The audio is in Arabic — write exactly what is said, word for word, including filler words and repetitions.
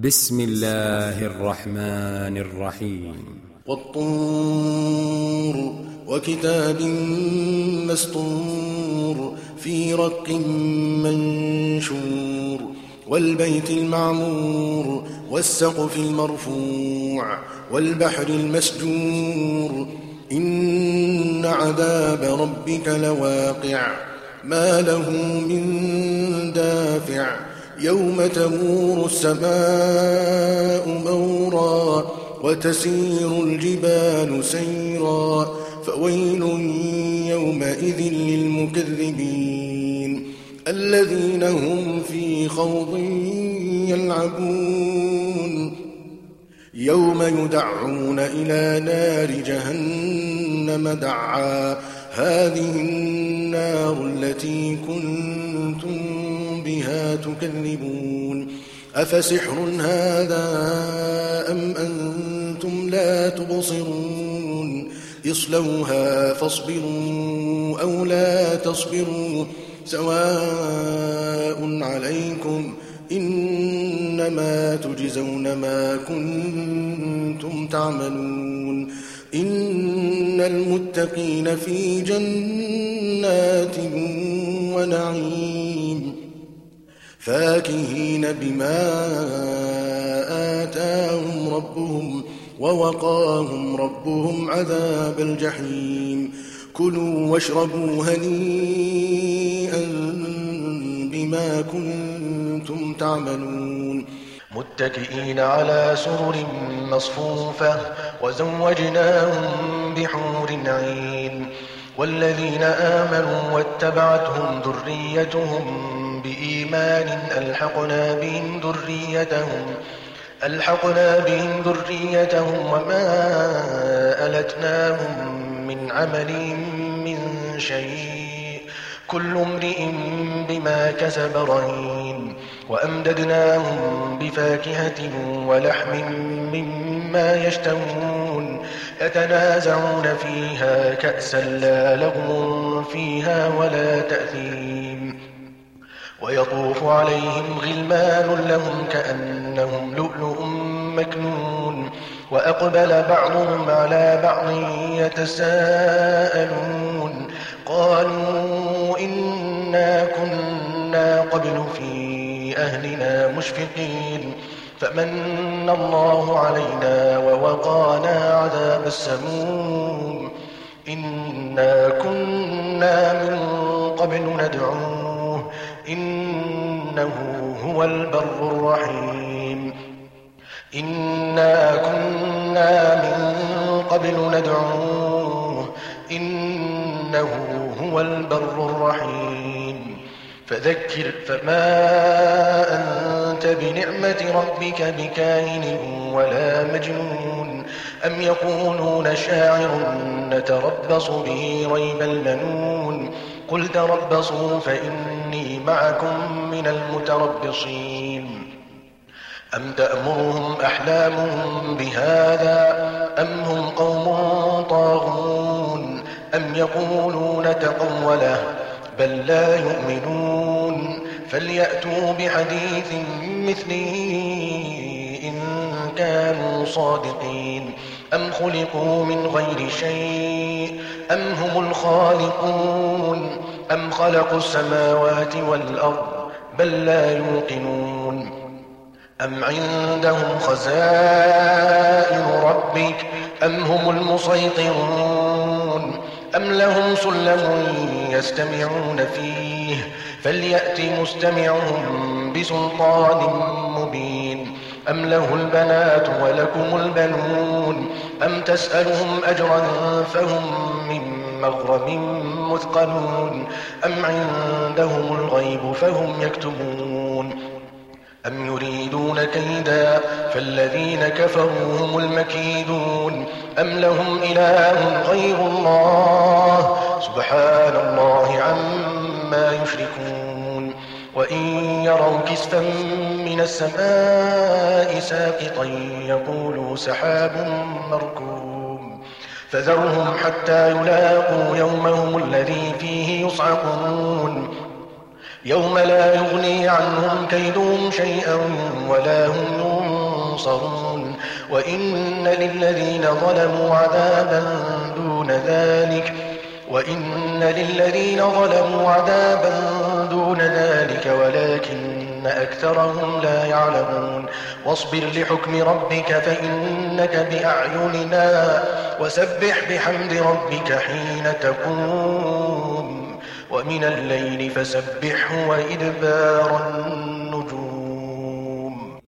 بسم الله الرحمن الرحيم. والطور وكتاب مسطور في رق منشور والبيت المعمور والسقف المرفوع والبحر المسجور إن عذاب ربك لواقع ما له من دافع يوم تمور السماء مورا وتسير الجبال سيرا فويل يومئذ للمكذبين الذين هم في خوض يلعبون يوم يدعون إلى نار جهنم دعا هذه النار التي كنتم بها تكذبون أفسحر هذا أم أنتم لا تبصرون اصلوها فاصبروا أو لا تصبروا سواء عليكم إنما تجزون ما كنتم تعملون إن المتقين في جنات ونعيم فاكهين بما آتاهم ربهم ووقاهم ربهم عذاب الجحيم كلوا واشربوا هنيئا بما كنتم تعملون متكئين على سرر مصفوفة وزوجناهم بحور عين والذين آمنوا واتبعتهم ذريتهم بإيمان ألحقنا بهم ذريتهم ألحقنا بهم ذريتهم وما ألتناهم من عملهم من شيء كل امرئ بما كسب رهين وأمددناهم بفاكهة ولحم مما يشتهون يتنازعون فيها كأسا لا لغو فيها ولا تأثيم ويطوف عليهم غلمان لهم كأنهم لؤلؤ مكنون وأقبل بعضهم على بعض يتساءلون قالوا إنا كنا قبل في أهلنا مشفقين فمن الله علينا ووقانا عذاب السموم إنا كنا من قبل ندعوه إنه هو البر الرحيم إنا كنا من قبل ندعوه إنه هو البر الرحيم فذكر فما أنت بنعمة ربك بكاهن ولا مجنون أم يقولون شاعر نتربص به ريب المنون قل تربصوا فإني معكم من المتربصين أم تأمرهم أحلامهم بهذا أم هم قوم طاغون أم يقولون تقوله بل لا يؤمنون فليأتوا بحديث مثله إن كانوا صادقين أم خلقوا من غير شيء أم هم الخالقون أم خلقوا السماوات والأرض بل لا يوقنون أم عندهم خزائن ربك أم هم المسيطرون أم لهم سلم يستمعون فيه فليأت مستمعهم بسلطان مبين أم له البنات ولكم البنون أم تسألهم أجرا فهم من مغرم مثقلون أم عندهم الغيب فهم يكتبون أم يريدون كيدا فالذين كفروا هم المكيدون أم لهم إله غير الله سبحان الله عما يشركون وإن يروا كسفا من السماء ساقطا يقولوا سحاب مركوم فذرهم حتى يلاقوا يومهم الذي فيه يصعقون يوم لا يغني عنهم كيدهم شيئا ولا هم ينصرون وإن للذين ظلموا عذابا دون ذلك وإن للذين ظلموا عذابا دون ذلك ولكن أكثرهم لا يعلمون واصبر لحكم ربك فإنك بأعيننا وسبح بحمد ربك حين تقوم ومن الليل فسبحه وإدبار النجوم